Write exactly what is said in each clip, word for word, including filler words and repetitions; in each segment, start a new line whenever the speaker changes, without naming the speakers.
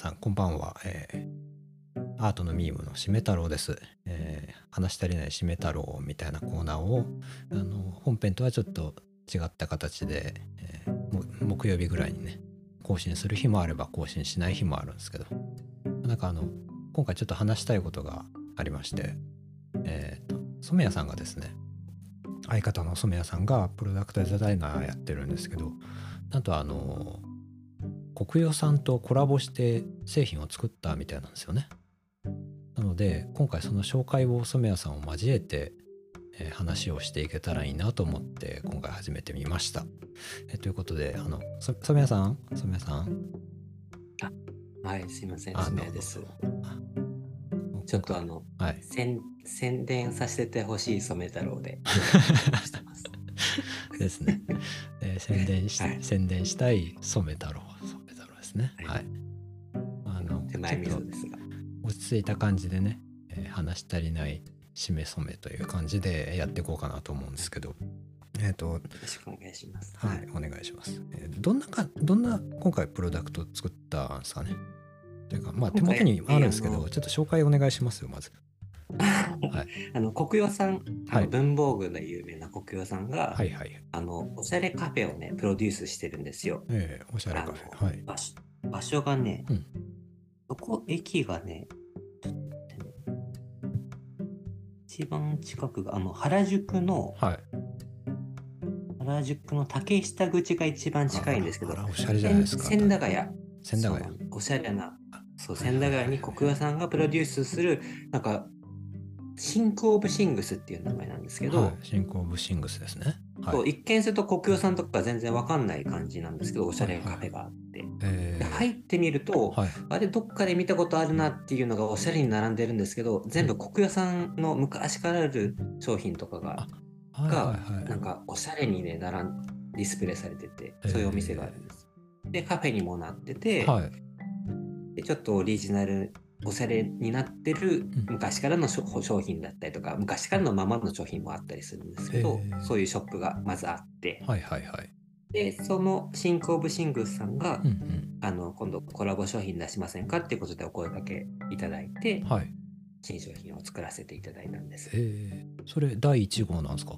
さんこんばんは、えーアートのミームのしめ太郎です、えー話し足りないしめ太郎みたいなコーナーをあの本編とはちょっと違った形で、えーも木曜日ぐらいにね更新する日もあれば更新しない日もあるんですけど、なんかあの今回ちょっと話したいことがありまして、えーと染谷さんがですね、相方の染谷さんがプロダクトデザイナーやってるんですけど、なんとあの国与さんとコラボして製品を作ったみたいなんですよね。なので今回その紹介を染谷さんを交えて、えー話をしていけたらいいなと思って今回始めてみました。えーということで、あのそ染谷さん染谷さん
あ、はい、すいません、
あの
すみです。ちょ
今回
っとあの、
はい
宣宣伝させてほしい染太郎でしてます。
ですね、えー宣伝し
はい、
宣伝したい染太郎染太郎ですね。
はい、
はい。あの
手前味
ちょっと
噌ですが。
落ち着いた感じでね、えー話し足りないしめ染めという感じでやっていこうかなと思うんですけど、えっ、と
よろしくお願いします。
はい、お願いします。えーどんなかどんな今回プロダクト作ったんですかね。というか、まあ手元
今回、
にあるん
えーあの、
ですけど、ちょっと紹介お願いしますよまず。はい。
あの国与さん、あの
はい
文房具の有名な国与さんが、
はいはい。
あのおしゃれカフェをね、プロデュースしてるんですよ。
えーおしゃれカフ
あの
ェ。はい。
場所、場所がね、
うん。
どこ、駅がね、ちょっと待ってね一番近くが、あの原宿の、
はい。
原宿の竹下口が一番
ああら
近いんですけど、
あら、おしゃれじゃないで
千
すか。
千駄ヶ谷、
千駄ヶ谷。
そうなんおしゃれな、そう、
はいはいはいはい。
千駄ヶ谷に国与さんがプロデュースする、なんか、シンク・オブ・シングスっていう名前なんですけど、
はい。シンクオブシングスですね。はい。
そう一見すると国与さんとか全然わかんない感じなんですけど、おしゃれ
はいはい。
カフェがあって。で、
え
入ってみると、
ー、はい。
あれ、どっかで見たことあるなっていうのがおしゃれに並んでるんですけど、全部
うん。
国与さんの昔からある商品とかが、
あ、はいはい
が、
はい。
なんかおしゃれにね、並ん、ディスプレイされてて、そういうお店があるん
え
です。で、カフェにもなってて、
ー、はい。
でちょっとオリジナル、おしゃれになってる
うん。
昔からの商商品だったりとか、昔からのままの商品もあったりするんですけど、
え
そういうショップがまずあって、
ー、はいはいはい。
で、そのシンク・オブ・シングスさんが、
うんうん。
あの、今度コラボ商品出しませんかっていうことでお声掛けいただいて、
はい。
新商品を作らせていただいたんです。
えー、それだいいち号なんですか？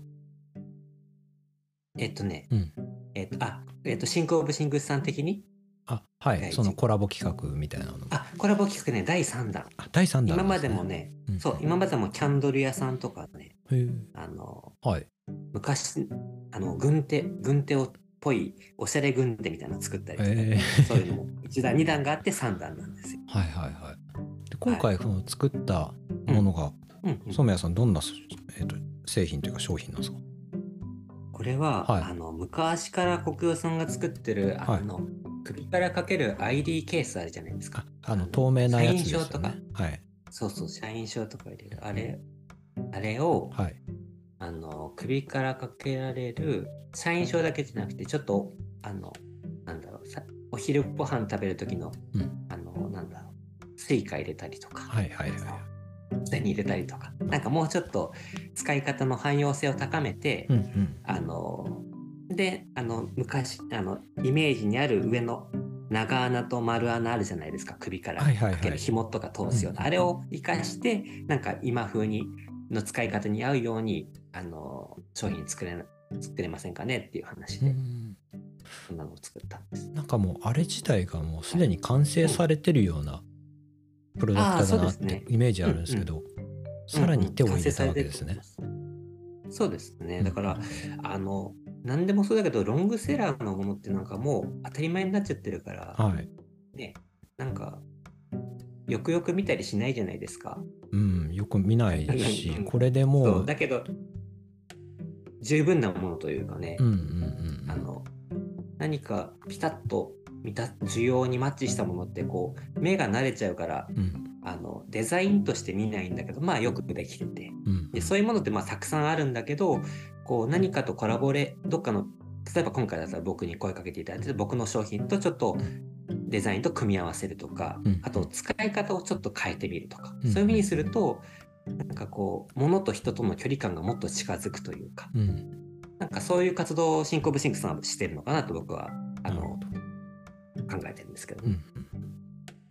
えっとね、
うん。
えっと、あ、えっと、シンク・オブ・シングスさん的に
あ、はい。
第一号。
そのコラボ企画みたいなのも。
あ、コラボ企画ね、だいさんだん。
あ、だいさんだ
今ま
んなんですね。
でもね、
うん。
そう、今までもキャンドル屋さんとかね、
へー、
あの、
はい。
昔、あの、軍手、軍手っぽい、おしゃれ軍手みたいなの作ったりとかね、
え
そういうのもいちだん、にだんがあってさんだんなんですよ。
ー、はいはいはい。で今
はい。
回その作った
うん。
ものが、
うんうん。
染谷さんどんな、えーと製品というか商品なんですか？
これは、
はい。
あの、昔から国与さんが作ってる、あ
はい。
の、首からかける アイディー ケースあるじゃないです
あ、
か。
あの
あの、
透明な
社員
やつで
証とか、
すよね。はい。
そうそう、社員証とか入れる。あれ、あれを、
はい。
あの、首からかけられる、社員証だけじゃなくて、ちょっと、あの、なんだろう、さお昼ご飯食べる時の、
うん。
あの、なんだろう、スイカ入れたりとか、
はいはいはい。
小銭入れたりとか、なんかもうちょっと使い方の汎用性を高めて、
うんうん。
あの、で、あの、昔、あの、イメージにある上の長穴と丸穴あるじゃないですか。首から
はいはい
かけ
はい。
る紐とか通すような。
うんうん
あれを活かして、なんか今風に、の使い方に合うように、あの、商品作れな、作れませんかねっていう話
う
で、
ん。
そんなのを作ったんです。
なんかもうあれ自体がもうす
はい。
でに完成
うん。
されてるようなプロダク
ああ、
トだ
そう
なって
ですね。
イメージあるん
うんうん。
ですけど、
うん
さらに
うん。完
手を入れた
成されてる
わけですね。
と思います。そうですね。
うんう
だから、
ん。
あの、何でもそうだけど、ロングセラーのものってなんかもう当たり前になっちゃってるから、
はい。
ね、なんか、よくよく見たりしないじゃないですか。
うん、よく見ないし、これで
そう、
もう、
だけど、十分なものというかね、
うんうんうん
あの、何かピタッと見た需要にマッチしたものって、こう、目が慣れちゃうから、
うん。
あの、デザインとして見ないんだけど、まあよくできてて。
うんうん
で、そういうものってまあたくさんあるんだけど、こう、何かとコラボレ、どっかの、例えば今回だったら僕に声かけていただいて、僕の商品とちょっとデザインと組み合わせるとか、
うん
あと使い方をちょっと変えてみるとか、
うん
そういうふうにすると、なんかこう、物と人との距離感がもっと近づくというか、
うん。
なんかそういう活動をシンク・オブ・シンクさんはしてるのかなと僕は、あの、
なるほど。
考えてるんですけどね。
うんうん。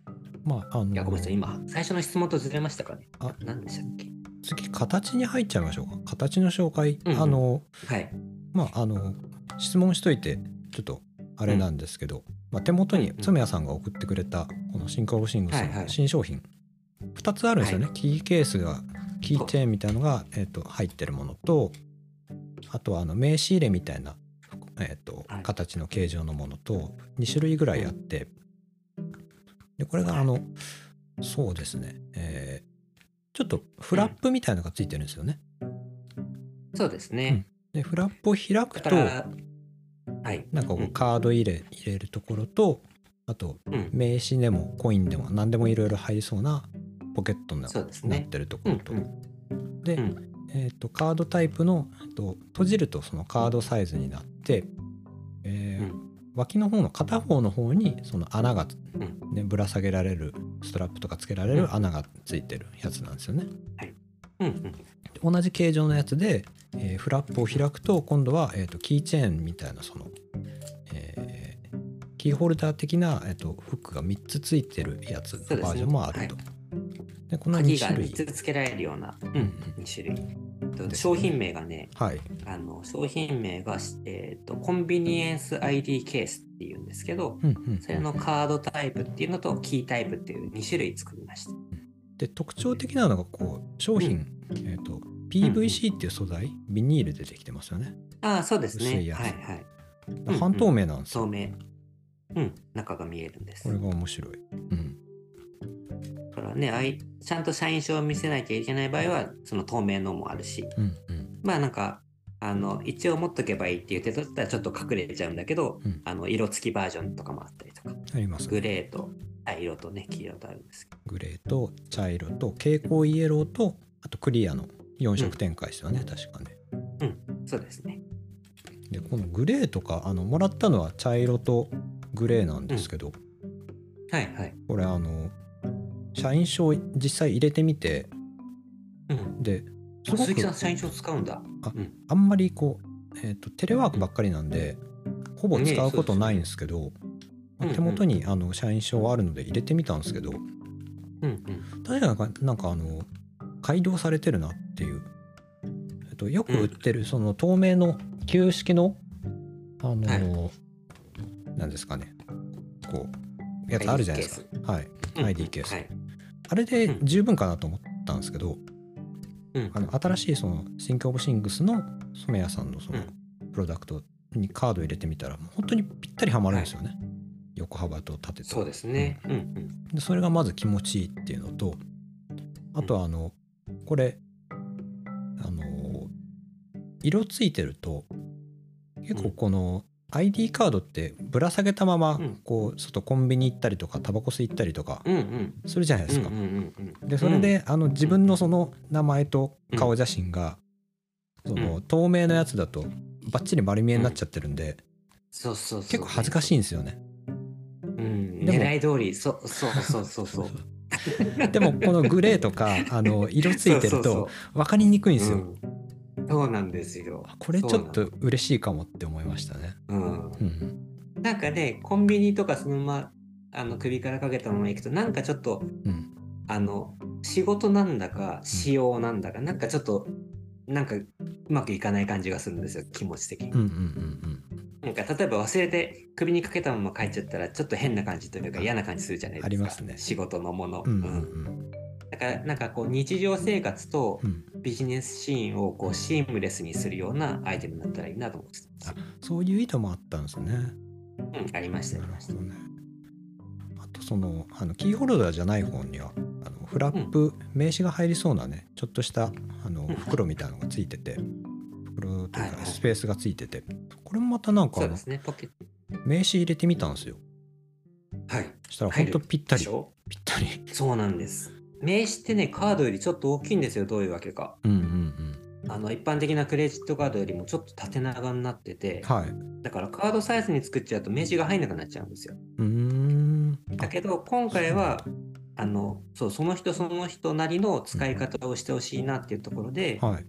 まああの
いや、ごめんなさい。今、最初の質問とずれましたかね。
あ
何でしたっけ？
次形に入っちゃいましょうか。形の紹介、
うんうん
あの
はい。
まああの質問しといてちょっとあれなんですけど、まあ、手元に
うんうん
爪谷さんが送ってくれたこのシンクオブシングスの
はいはい
新商品、ふたつあるんですよね、
はい
キーケースがキー
そう
チェーンみたいなのが、えー、と入ってるものと、あとはあの名刺入れみたいな、えー、と
はい
形の形状のものとに種類ぐらいあって、でこれがあのそうですね、えーちょっとフラップみたいなのがついてるんですよね。
そうです
うん
ね。
でフラップを開くと
だから、はい。
なんかこ
う
うんカード入れ入れるところと、あと
うん
名刺でもコインでも何でもいろいろ入りそうなポケットにな
そうですね。
なってるところと、
うんうん
で、
うん
えー、とカードタイプの、えーと閉じるとそのカードサイズになって、えー
うん
脇の方の片方の方にその穴が、
うん
ね、ぶら下げられるストラップとかつけられる穴がついてるやつなんですよね。
うんうん
同じ形状のやつで、えーフラップを開くと今度は、えー、とキーチェーンみたいなその、えーキーホルダー的な、えー、とフックがみっつついてるやつ
そうですね
のバージョンもあると。でこのに
鍵が3
種類、
つつけられるような、うん
うん
に種類。と
ですね
商品名がね、
はい、
あの商品名が、えーと、コンビニエンス アイディー ケースっていうんですけど、
うんうん、
それのカードタイプっていうのとキータイプっていうに種類作りました。
で特徴的なのがこう商品、えー、と ピーブイシー っていう素材、ビニールでできてますよね。
ああ、そうですね。
薄いやつ
はいはい。
で半透明なんですよ、
透明。うん、中が見えるんです。
これが面白い。うん
だからね、あいちゃんと社員証を見せなきゃいけない場合は、その透明のもあるし、
うんうん
まあなんか、あの一応持っとけばいいっていう手だったらちょっと隠れちゃうんだけど、
うん
あの色付きバージョンとかもあったりとか、
ありますね。
グレーと茶色とね、黄色とあるんですけど。
グレーと茶色と蛍光イエローとあとクリアのよん色展開ですよね、確かね。
うん、そうですね。
でこのグレーとかあのもらったのは茶色とグレーなんですけど、
はいはい。
これあの社員証実際入れてみて、
うん。
ですごく
鈴木さん、社員証使うんだ。
あ
うん。
あんまりこう、えーとテレワークばっかりなんでほぼ使うことないんですけど、まあ手元にあの社員証はあるので入れてみたんですけど、
うんうん。
確かなんかなんかあの改良されてるなっていう、えっと、よく売ってるその透明の旧式のあの、
は
なんですかねこうやつあるじゃないですか、はい、
うん
アイディー ケース、
はい。
あれで十分かなと思ったんですけど、
うん
あの新しいそのシンクオブシングスの染谷さんのその
うん
プロダクトにカード入れてみたらもう本当にぴったりはまるんですよね、横幅と縦と。
そうですね。うんうん。
でそれがまず気持ちいいっていうのと、あとはあのこれあの色ついてると結構この アイディー カードってぶら下げたまま
うん
こう外コンビニ行ったりとかタバコ吸い行ったりとか
うんうん。
するじゃないですか。
うんうんうんうん。
でそれであの自分のその名前と顔写真がその透明のやつだとバッチリ丸見えになっちゃってるんで
そうそうそう。
結構恥ずかしいんですよね。
うん。
でも
狙い通り、そそうそうそうそう。
でもこのグレーとかあの色ついてる
そうそう
と分かりにくいんですよ。
うんそうなんですよ。
これちょっと
そう
嬉しいかもって思いましたね。
なのうん
うん
なんかね、コンビニとかそのままあの首からかけたまま行くと、なんかちょっと、
うん
あの、仕事なんだか、仕様なんだか、なんかちょっと、なんかうまくいかない感じがするんですよ、気持ち的に。
うんうんうん
なんか例えば忘れて首にかけたまま帰っちゃったら、ちょっと変な感じというか嫌な感じするじゃないですか。
ありますね
仕事のもの。
うんうんう
うん
ん
だから、なんかこう、日常生活と
うん
ビジネスシーンをこうシームレスにするようなアイテムになったらいいなと思ってたんですよ。
そういう意図もあったんですね。
うん、ありました、ありました。
なるほどね。あとそのあのキーホルダーじゃない方にはあのフラップ、名刺が入りそうなねちょっとしたあの
うん
袋みたいなのがついてて、袋という
はいはい
かスペースがついてて、これもまたなんかあの
そうですね、ポケット。
名刺入れてみたんですよ。
はい。
そしたら本当ぴったり
でしょ
ぴったり。
そうなんです。名刺ってね、カードよりちょっと大きいんですよ、どういうわけか。
うんうんうん
あの一般的なクレジットカードよりもちょっと縦長になってて、
はい。
だからカードサイズに作っちゃうと名刺が入んなくなっちゃうんですよ。
うーんあ
だけど今回はあのそうその人その人なりの使い方をしてほしいなっていうところで、
はい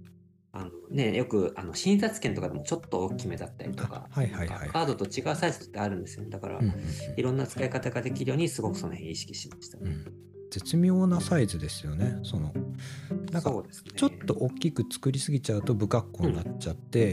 あのね、よくあの診察券とかでもちょっと大きめだったりと
あ、
か、
はいはいはい。
なんかカードと違うサイズってあるんですよね。だから、
うんうん
いろんな使い方ができるようにすごくその辺意識しましたね。
うんうん、絶妙なサイズですよね。そのなんか
そうですね。
ちょっと大きく作りすぎちゃうと不格好になっちゃって、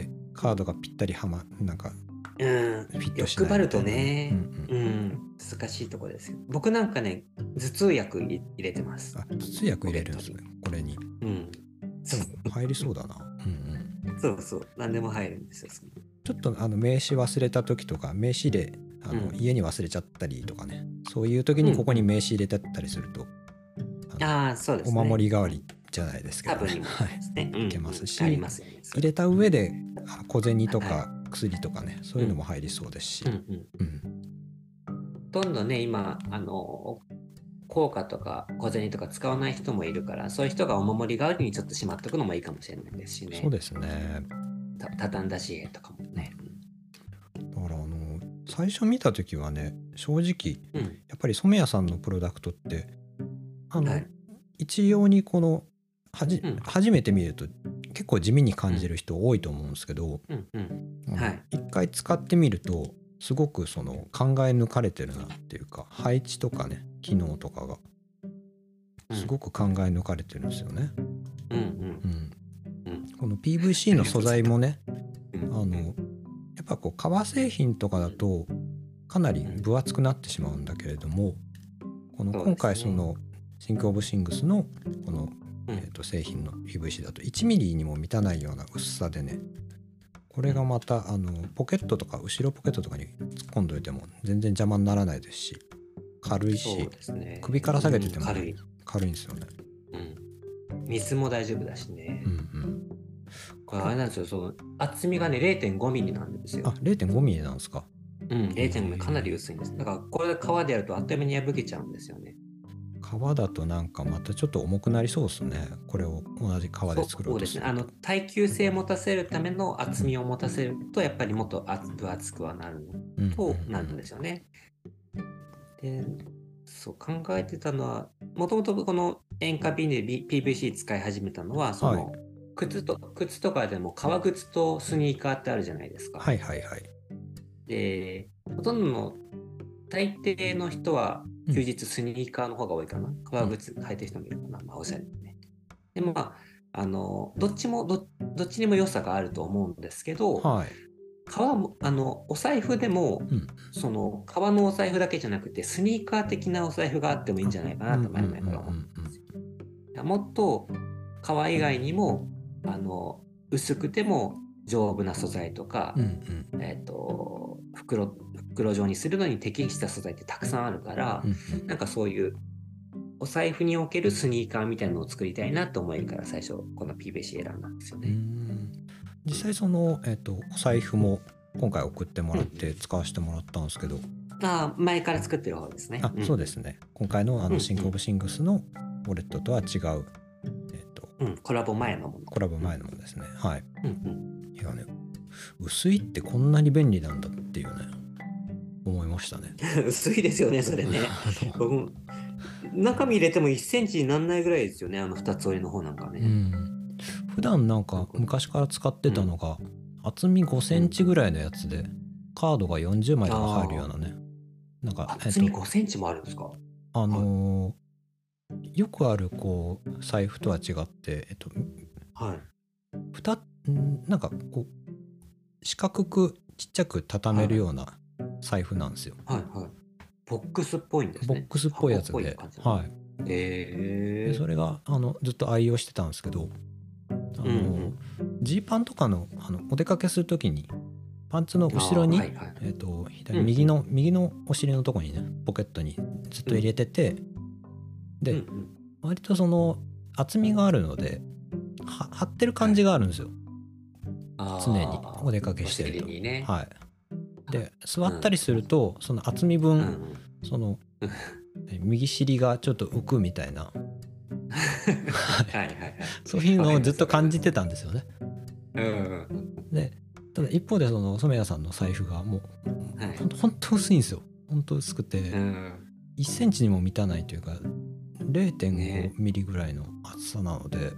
カードがぴったりはまなんか
うん、
フィットし
欲張ると
ないみたいなね。
ね、
う
うんん、難しいところですよ。僕なんかね、頭痛薬入れてます。
あ、頭痛薬入れるんですね、これに。
うん。
でも入りそうだな。うんうん。
そうそう、何でも入るんですよ。
ちょっとあの名刺忘れた時とか、名刺入れあの、
うん、
家に忘れちゃったりとかね、そういう時にここに名刺入れてったりすると、あの
ああ、そうです
お
ね。
守り代わりじゃないですけどね、
多分にも
はい、
ですね。
いけますし、
うんうん、ありますよね。
入れた上であ小銭と
は
か薬とかね、そういうのも入りそうですし、
うんうん、
うん
ほとんどね、今、あの、硬貨とか小銭とか使わない人もいるから、そういう人がお守り代わりにちょっとしまっておくのもいいかもしれないですしね。
そうですね。
た畳んだ紙幣とかもね。
だからあの最初見た時はね、正直
うん。
やっぱり染谷さんのプロダクトってあの、
はい。
一様にこのはじ、
うん
初めて見ると結構地味に感じる人多いと思うんですけど、
うんうん。
あの
はい。
一回使ってみるとすごくその考え抜かれてるなっていうか、配置とかね機能とかが
うん
すごく考え抜かれてるんですよね。
うんう
うん
んうん
この ピーブイシー の素材もね、
うん
あのやっぱこう革製品とかだとかなり分厚くなってしまうんだけれども、この今回そのシンク・オブ・シングスのこの、
うん
えー、と製品の ピーブイシー だといちミリにも満たないような薄さでね、これがまたあのポケットとか後ろポケットとかに突っ込んどいても全然邪魔にならないですし、軽い
そう
し、
ですね。
首から下げてても
うん軽い。
軽いんですよね。
うん。水も大丈夫だしね
うんう。ん。
これあれなんですよ、その厚みがね、れいてんごミリなんですよ。
あ、れいてんごミリなんですか。
うん、れいてんごミリかなり薄いんです。だからこれで革でやるとあっという間に破けちゃうんですよね。
革だとなんかまたちょっと重くなりそうですね。これを同じ革で作ろ
そううですね。
とすると。
あの耐久性を持たせるための厚みを持たせると、やっぱりもっと厚分厚くはなる
うん
と
うんうん
なるんですよね。で、そう考えてたのは、もともとこの塩化ビニール ピーブイシー 使い始めたのは、その、
はい
靴と靴とかでも革靴とスニーカーってあるじゃないですか。
はいはいはい。
で、ほとんどの大抵の人は
うん
休日スニーカーの方が多いかな。革靴履いてる人もいるかな。まあ、おしゃれにね。でもまあ、あの、どっちもど、どっちにも良さがあると思うんですけど、
はい。
革も、あの、お財布でも、
うん
その、革のお財布だけじゃなくて、スニーカー的なお財布があってもいいんじゃないかなと前々から思ってますよ。もっと、革以外にも、あの、薄くても丈夫な素材とか、
うんうん
えっと、袋、袋状にするのに適した素材ってたくさんあるから、
うんうん
なんかそういうお財布におけるスニーカーみたいなのを作りたいなと思いから最初この ピーブイシー 選んだんですよ
うー
ね。
ん実際その、えっとお財布も今回送ってもらって使わせてもらったんですけど、
ああ、前から作ってる方ですね。
あ、そうですね。今回のあ
うんうん
のシンク・オブ・シングスのウォレットとは違う、えっと
うん、コラボ前のもの。
コラボ前のものですね。はい。
うん
いやね、薄いってこんなに便利なんだっていうね、思いましたね。
うん、薄いですよね、それね。
あの
僕も中身入れてもいっセンチになんないぐらいですよね、あのふたつ折りの方なんかね。
うん普段なんか昔から使ってたのが、厚みごセンチぐらいのやつでカードがよんじゅうまいとか入るようなね、なんか
厚み
えっと
ごセンチもあるんですか？
あのーよくあるこう財布とは違って、えっと
はい。
ふたんなんかこう四角くちっちゃく畳めるような財布なんですよ。
はいはい。ボックスっぽいんですね。
ボックスっぽいやつ
箱っ
で、
感じ
はい。
へえ。
でそれがあのずっと愛用してたんですけど、あの
うんうん
ジーパンとかのあのお出かけするときにパンツの後ろに、
あーはいはい
えっと左
うん
右の右のお尻のとこにねポケットにずっと入れてて、で、
うんうん
割とその厚みがあるのでは張ってる感じがあるんですよ、
あー
常にお出かけしてると。
お尻にね。
はい。で座ったりすると、その厚み分、
うんうん
その
うん
右尻がちょっと浮くみたいな
はいはいはい。
そういうのをずっと感じてたんですよね。
うんうん
でただ一方でその染谷さんの財布がもう、
はい
ほんとほんと薄いんですよ。ほんと薄くて、
うん
いっセンチにも満たないというかれいてん
ね
ごミリぐらいの厚さなので、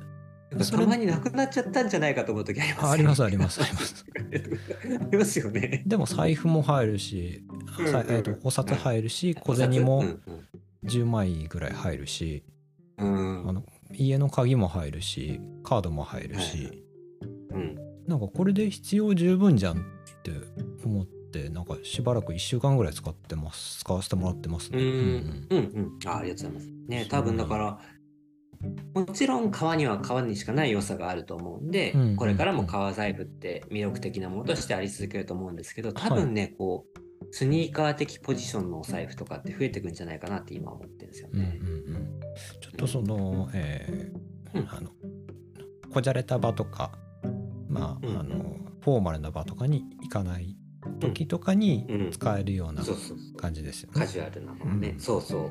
なんかたまになくなっちゃったんじゃないかと思う時ありますね。
ありますありますあります。
ありますよね。
でも財布も入るし、
うんうん
さえー、とお札入るし、小銭
う
も
ん
じゅうまいぐらい入るし、
うんうん
あの家の鍵も入るし、カードも入るし、
はいはいうん、
なんかこれで必要十分じゃんって思って、なんかしばらくいっしゅうかんぐらい使ってます使わせてもらってますね。
うんうんうんあありがとうございます。ね、多分だからもちろん革には革にしかない良さがあると思うんで、
うんうんうん
これからも革財布って魅力的なものとしてあり続けると思うんですけど、多分ね、こうスニーカー的ポジションのお財布とかって増えてくんじゃないかなって今思ってるんですよ
うんうん
ね。
うんちょっとその、えー
うん
あのこじゃれた場とか、まあ、
うん
あのフォーマルな場とかに行かない時とかに
うん
使えるような
そうそうそう
感じですよね。
カジュアルなものね、
うん
そうそう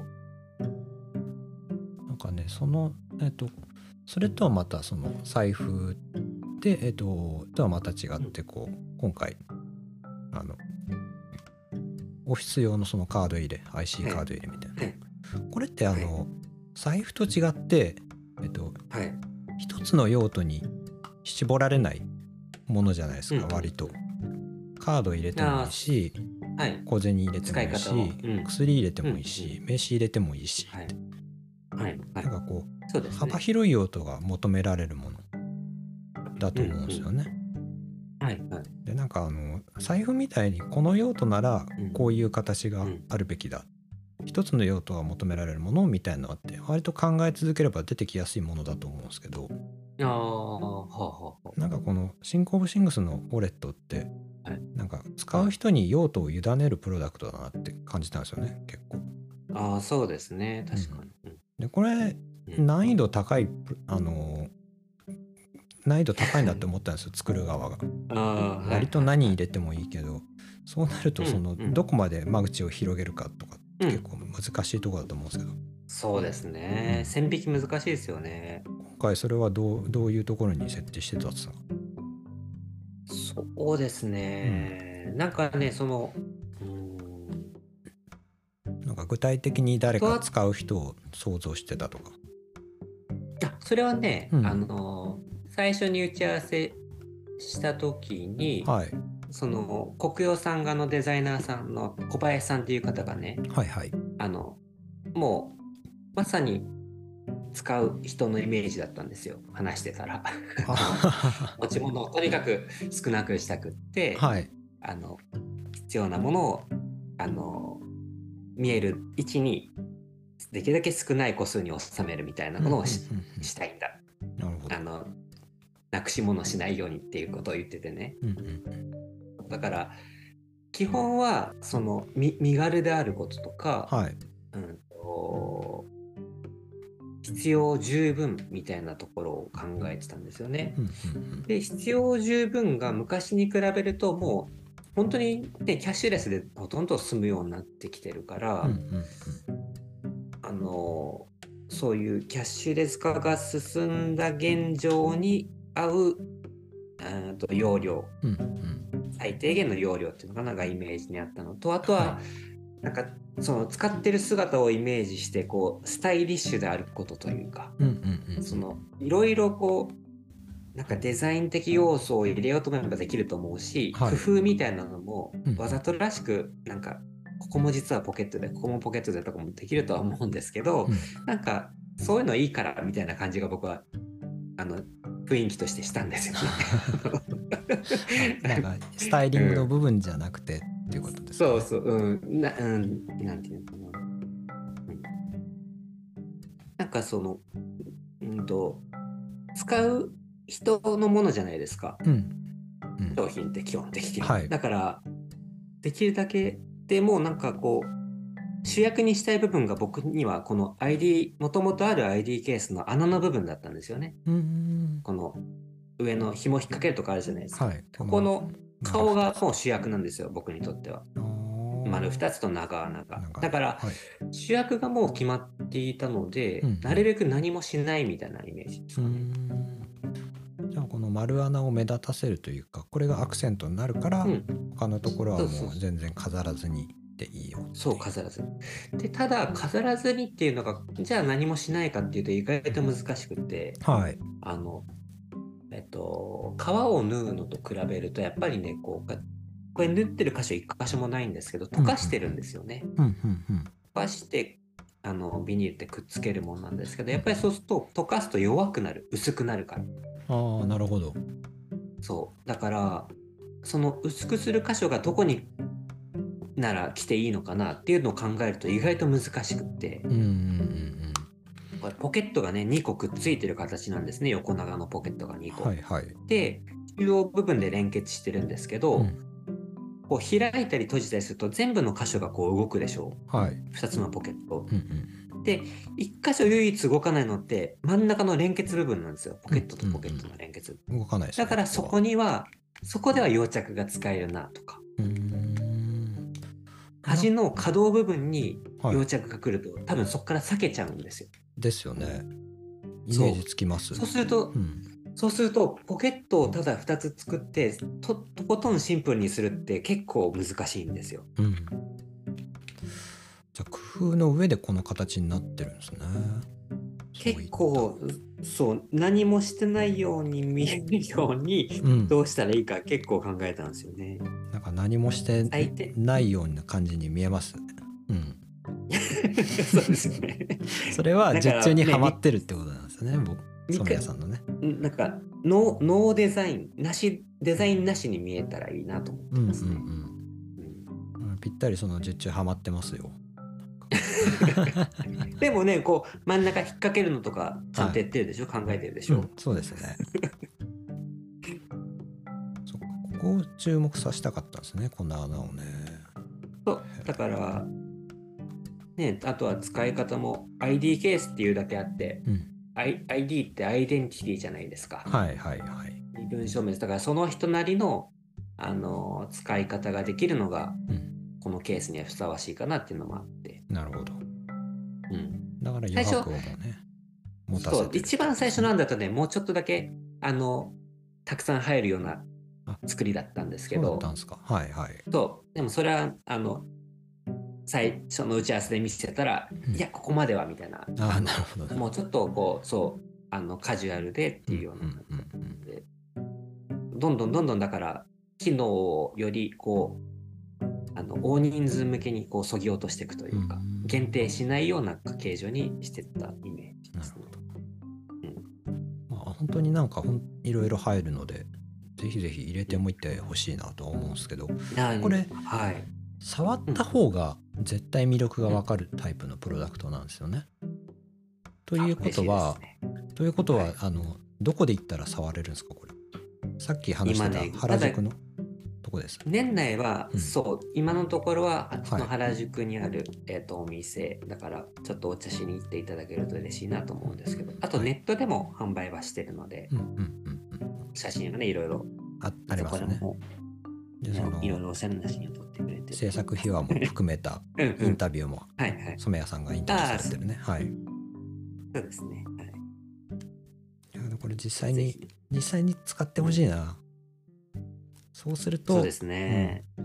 なんかね、そのえっとそれとはまたその財布でえっととはまた違ってこう今回あのオフィス用のそのカード入れ アイシー カード入れみたいな、
はい
これってあの、
はい
財布と違ってえっと
はい
一つの用途に絞られないものじゃないですか、
うん
割とカード入れてもいいし、
はい
小銭入れてもいい
使い
し、
方もうん
薬入れてもいいし、名刺入れてもいいし、
はいはいは
ないんかこう
そうですね
幅広い用途が求められるものだと思うんですよね。
はいはい
でなんかあの財布みたいにこの用途なら
うん
こういう形があるべきだ、一つの用途が求められるものみたいなのって割と考え続ければ出てきやすいものだと思うんですけど、
ああはあはあは
なんかこのシンク・オブ・シングスのウォレットって
はい
なんか使う人に用途を委ねるプロダクトだなって感じたんですよね、結構。
ああそうですね確かに、うん
でこれ
うん
難易度高いあの難易度高いんだって思ったんですよ作る側が。
あー
割と何入れてもいいけど、そうなるとその
うんうん
どこまで間口を広げるかとかって
うん
結構難しいところだと思うんですけど、
そうですね、
うん
線引き難しいですよね。
今回それはどうどういうところに設定してたんですか？
そうですね、なんかねそのうーん
なんか具体的に誰か使う人を想像してたとか。
あそれはね、
うん
あの最初に打ち合わせした時に、
はい
その国用さんがのデザイナーさんの小林さんっていう方がね
はいはい
あのもうまさに使う人のイメージだったんですよ話してたら
あ
持ち物をとにかく少なくしたくって、
はい
あの必要なものをあの見える位置にできるだけ少ない個数に収めるみたいなものをし,、
うんうんうんうん
したいんだ
なるほど。
あのなくし物しないようにっていうことを言っててね
うんうん
だから基本はその身身軽であることとか、
はい
うんと必要十分みたいなところを考えてたんですよね。
うんうん
で必要十分が昔に比べるともう本当に、ね、キャッシュレスでほとんど済むようになってきてるから、
うんうんうん
あのそういうキャッシュレス化が進んだ現状に合うあと容量
うんうん
最低限の容量っていうのがなんかイメージにあったのとあとは、
は
なんかその使ってる姿をイメージしてこうスタイリッシュであることというか、
うんうんうん
そのいろいろこうなんかデザイン的要素を入れようと思えばできると思うし、
はい
工夫みたいなのも
うん
わざとらしくなんかここも実はポケットでここもポケットでとかもできるとは思うんですけど、
うん
なんかそういうのいいからみたいな感じが僕はあの雰囲気としてしたんですよね。
なんかスタイリングの部分じゃなくてっていうことですかね。
そうそう、うん、な、うん、なんていうのかな。うん、なんかその、うんと、使う人のものじゃないですか。
うんうん
商品って基本的に。
はい
だから、できるだけでもなんかこう、主役にしたい部分が僕にはこの アイディー、もともとある アイディー ケースの穴の部分だったんですよね。
うーん
この上の紐引っ掛けるとこあるじゃないですか。
はい
ここの顔がもう主役なんですよ、僕にとっては。
あー
丸ふたつと長穴が
なんか
だから、
はい
主役がもう決まっていたので、
うん
なるべく何もしないみたいなイメージです
うー
かね。
んじゃあこの丸穴を目立たせるというかこれがアクセントになるから、
うん
他のところはも
そうそうそう
う全然飾らずにでいいよ。
そう飾らずで、ただ飾らずにっていうのがじゃあ何もしないかっていうと意外と難しくて、
はい。
あのえっと皮を縫うのと比べるとやっぱりねこうこれ縫ってる箇所一箇所もないんですけど溶かしてるんですよね。
うんうんうん。
溶かしてあのビニールってくっつけるもんなんですけど、やっぱりそうすると溶かすと弱くなる、薄くなるから。
ああ、なるほど。
そうだからその薄くする箇所がどこになら着ていいのかなっていうのを考えると意外と難しくって、
うんうんうん
これポケットがねにこくっついてる形なんですね。横長のポケットがに
うん。
こ、
はいはい。
で中央部分で連結してるんですけど、
うん、
こう開いたり閉じたりすると全部の箇所がこう動くでしょう。
はい。
ふたつのポケット、
うんうん。
でいっ箇所唯一動かないのって真ん中の連結部分なんですよ。ポケットとポケットの連結、
動かないですね。
だからそこにはそこでは溶着が使えるなとか、
うーん。
端の可動部分に
はい。
溶着が来ると、多分そこから避けちゃうんですよ。
ですよね。イメージつきます。
そうすると、
うん。
そうするとポケットをただふたつ作ってととことんシンプルにするって結構難しいんですよ。
うん。じゃあ工夫の上でこの形になってるんですね。
結構そう何もしてないように見えるように
うん、
どうしたらいいか結構考えたんですよね。
なんか何もして
最低
ないような感じに見えます。うん。
そうですよね。
それは
だから
術中にはまってるってことなんですよね。僕、
み
染谷さんのね。
なんかノー、ノーデザインなし、デザインなしに見えたらいいなと思ってますね。
うんうんうんうん、ぴったりその術中はまってますよ。
でもね、こう真ん中引っ掛けるのとかちゃんとやってるでしょ、はい、考えてるでしょ、うん、
そうですね。そっか、ここを注目させたかったんですね、この穴をね。
そうだからね、あとは使い方も アイディー ケースっていうだけあって、うん、アイディー ってアイデンティティじゃないですか。
はいはいはい。
身分証明です。だからその人なりの、あの使い方ができるのが、うん、このケースにはふさわしいかなっていうのもあって。
なるほど。
うん、
だから余白をもね、持たせてる、ね、
そう一番最初なんだとね、もうちょっとだけあのたくさん入るような作りだったんですけど。
そうだったんですか。はいはい。
そうでもそれはあの最初の打ち合わせで見せたら、うん、いやここまではみたいな。
あ、なるほど、ね、
もうちょっとこうそうあのカジュアルでっていうような感じだったので、どんどんどんどんだから機能をよりこうあの大人数向けにこう削ぎ落としていくというか、うん、限定しないような形状にしていったイメージですね。
うん、まあ本当になんかほんいろいろ入るのでぜひぜひ入れてもいってほしいなとは思うんですけど、これ、はい、触った方が絶対魅力が分かるタイプのプロダクトなんですよね。うん、ということは、ね、ということは、はい、あのどこで行ったら触れるんですかこれ。さっき話してた原宿のとこです。
年内は、うん、そう今のところはあっちの原宿にある、はい、えー、とお店だからちょっとお茶しに行っていただけると嬉しいなと思うんですけど、あとネットでも販売はしてるので、はい、うんうんうんうん、写真はねいろいろ
あ, ありますね。
でそのいろいろおしゃれな写真を撮ってくれて
制作秘話も含めたインタビューも染谷さんがインタビューされてるね。はい。
そうですね。はい。
いやこれ実際に実際に使ってほしいな。そうすると
そうですね、
うん、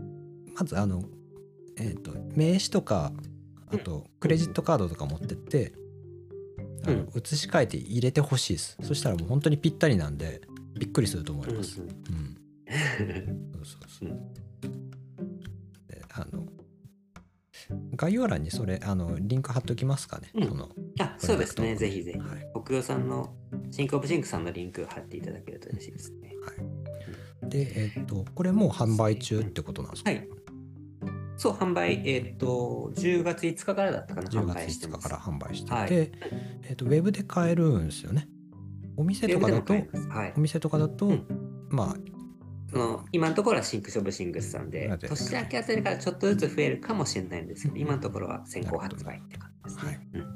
まずあのえっと名刺とかあとクレジットカードとか持ってって、うん、あの写し替えて入れてほしいです。そしたらもう本当にぴったりなんでびっくりすると思います。うん、うんそうそうそう。であの概要欄にそれあのリンク貼っときますかね。
うん、
その
あそうですね。ぜひぜひ。はい、北洋さんのシンクオブシンクさんのリンク貼っていただけると嬉しいですね。
はい。でえっとこれもう販売中ってことなんですか。
はい。そう販売えっとじゅうがついつかからだったかな。
じゅうがついつかから販売してて、
はい、
えっとウェブで買えるんですよね。お店とかだと、はい、お店とかだと、うん、まあ
その今のところはシンクショブシングスさんで年明けあたりからちょっとずつ増えるかもしれないんですけど、うん、今のところは先行発売って感じですね。はい、うん、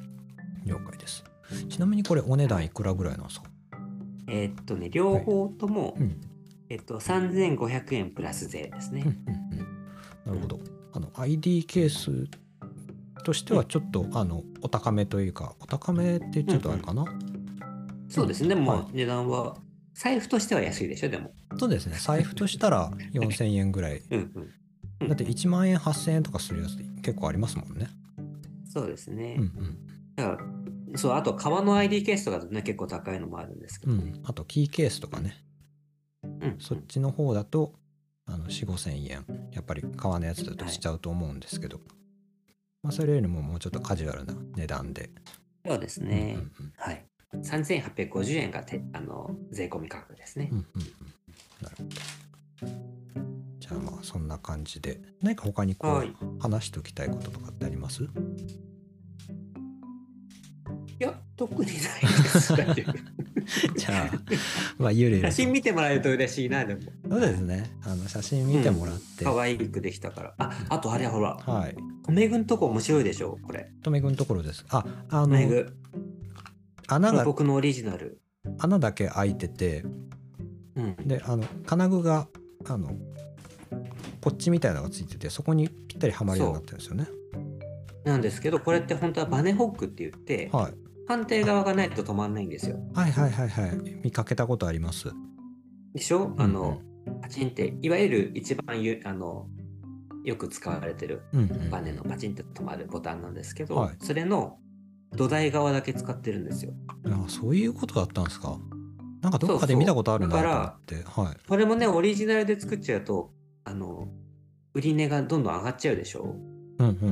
了解です。ちなみにこれお値段いくらぐらいなんですか。
えー、っとね両方とも、はい、うん、えっとさんぜんごひゃくえんプラス税ですね。うんうんうん、
なるほど。あの アイディー ケースとしてはちょっと、うん、あのお高めというかお高めって言っちゃうとあれかな。うんうん、
そうですね。でも、はい、値段は財布としては安いでしょ。でも
そうですね。財布としたらよんせんえんぐらいだっていちまんえんはっせんえんとかするやつ結構ありますもんね。
そうですね。
うんうん。
だからそう、あと革の アイディー ケースとかだとね、結構高いのもあるんですけどね。
うん、あとキーケースとかね、
うん、
そっちの方だとあのよん、ごせんえんやっぱり革のやつだと
はい
しちゃうと思うんですけど、まあ、それよりももうちょっとカジュアルな値段で。
そうです
うん
ね。
うんうん
はい。さんぜんはっぴゃくごじゅうえんがてあの税込み価格ですね。
うんうんうん。なるほど。じゃあまあそんな感じで、何か他にこ
はいう
話しておきたいこととかってあります？
いや、特にないです。大丈夫。
じゃあまあゆるゆると。
写真見てもらえると嬉しいな、でも。
そうですね。あの写真見てもらって。
うん、可愛くできたから。あ、あとあれほら。
はい。
留め具のとこ面白いでしょ、これ。
とめぐのところです。あ、あの
留め具。
穴が
僕のオリジナル。
穴だけ開いてて、
うん、
であの金具があのポッチみたいなのがついてて、そこにぴったりはまるようになってるんですよね。
なんですけど、これって本当はバネホックって言って、
はい。
反対側がないと止まんないんですよ。
はいはいはいはい。見かけたことあります。
でしょ、
うんうん、
あの、パチンって、いわゆる一番ゆあのよく使われてるバネのパチンって止まるボタンなんですけど、
はい、
それの土台側だけ使ってるんですよ。
あ、そういうことだったんですか。なんかどっかで見たことあるなと思って。はい。
これもね、オリジナルで作っちゃうと、あの、売り値がどんどん上がっちゃうでしょ。
うんうんうんうんうん。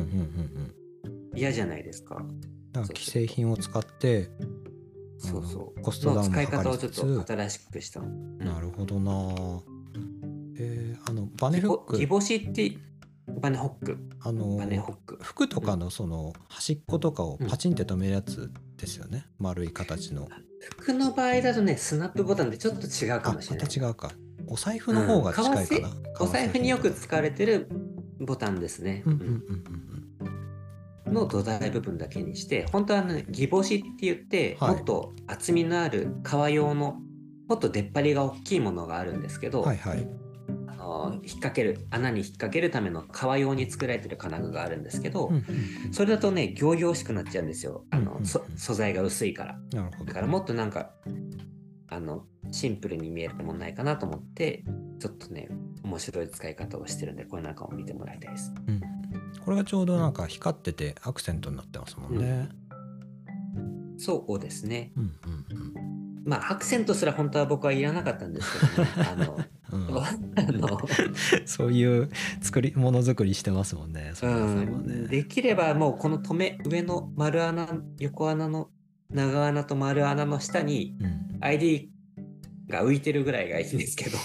嫌じゃないですか。
だから既製品を使って、
そうそう。
コストダウンも
の使い方をちょっ
図りつつ。
と新しくしたの。うん、
なるほどな。えー、あのバネフック。
ギボシってバネホック。
あの
バネホック。
服とかのその端っことかをパチンって止めるやつですよね。うん、丸い形の。
服の場合だとね、スナップボタンでちょっと違うかもしれない。
あ、また違うか。お財布の方が近いかな。
うん、お財布によく使われてるボタンですね。
うんうんうんうん。
の土台部分だけにして、本当はね、ギボシって言って、はい、もっと厚みのある革用のもっと出っ張りが大きいものがあるんですけど、はいはい、あの引っ掛ける穴に引っ掛けるための革用に作られてる金具があるんですけど、うんうん、それだとね仰々しくなっちゃうんですよ。あの、うんうんうん、素材が薄いから。なるほど。だからもっとなんかあのシンプルに見えるもんないかなと思って、ちょっとね面白い使い方をしてるんで、これなんかも見てもらいたいです。
うん、これがちょうどなんか光っててアクセントになってますもんね。
うん、そうですね。うんうんうん、まあアクセントすら本当は僕はいらなかったんですけどね。あの、うん、あの
そういう作りものづくりしてますもんね。そ、ね、
うん、できればもうこの留め上の丸穴横穴の長穴と丸穴の下に アイディー が浮いてるぐらいがいいんですけど。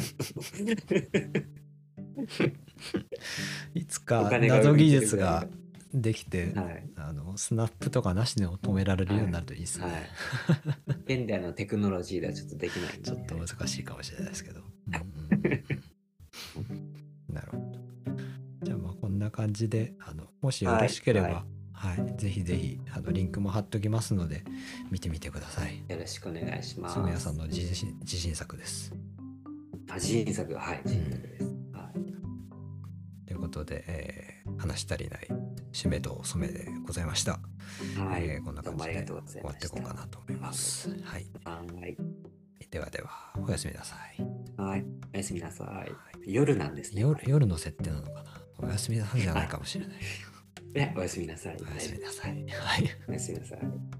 いつか謎技術ができて、はい、あのスナップとかなしでも止められるようになるといいですね。
はいはい、現代のテクノロジーではちょっとできないんで、ね、
ちょっと難しいかもしれないですけど。うんうんうん、なるほど。じゃあまあこんな感じで、あのもしよろしければ、はいはいはい、ぜひぜひあのリンクも貼っときますので見てみてください。
よろしくお願いします。
つぐやさんの自信自信作です。
あ、自信作、はい、自信作です。うん、はい。
ということで、えー、話し足りない締めと染めでございました。はい、えー、こんな感じで終わっていこうかなと思います。はい。
はい。
ではでは、おやすみなさい。
はい。おやすみなさい。はい、夜なんですね。
夜、夜の設定なのかな。おやすみなさいじゃないかもしれない。
いや、おやすみなさい。
おやすみなさい。はい。
おやすみなさい。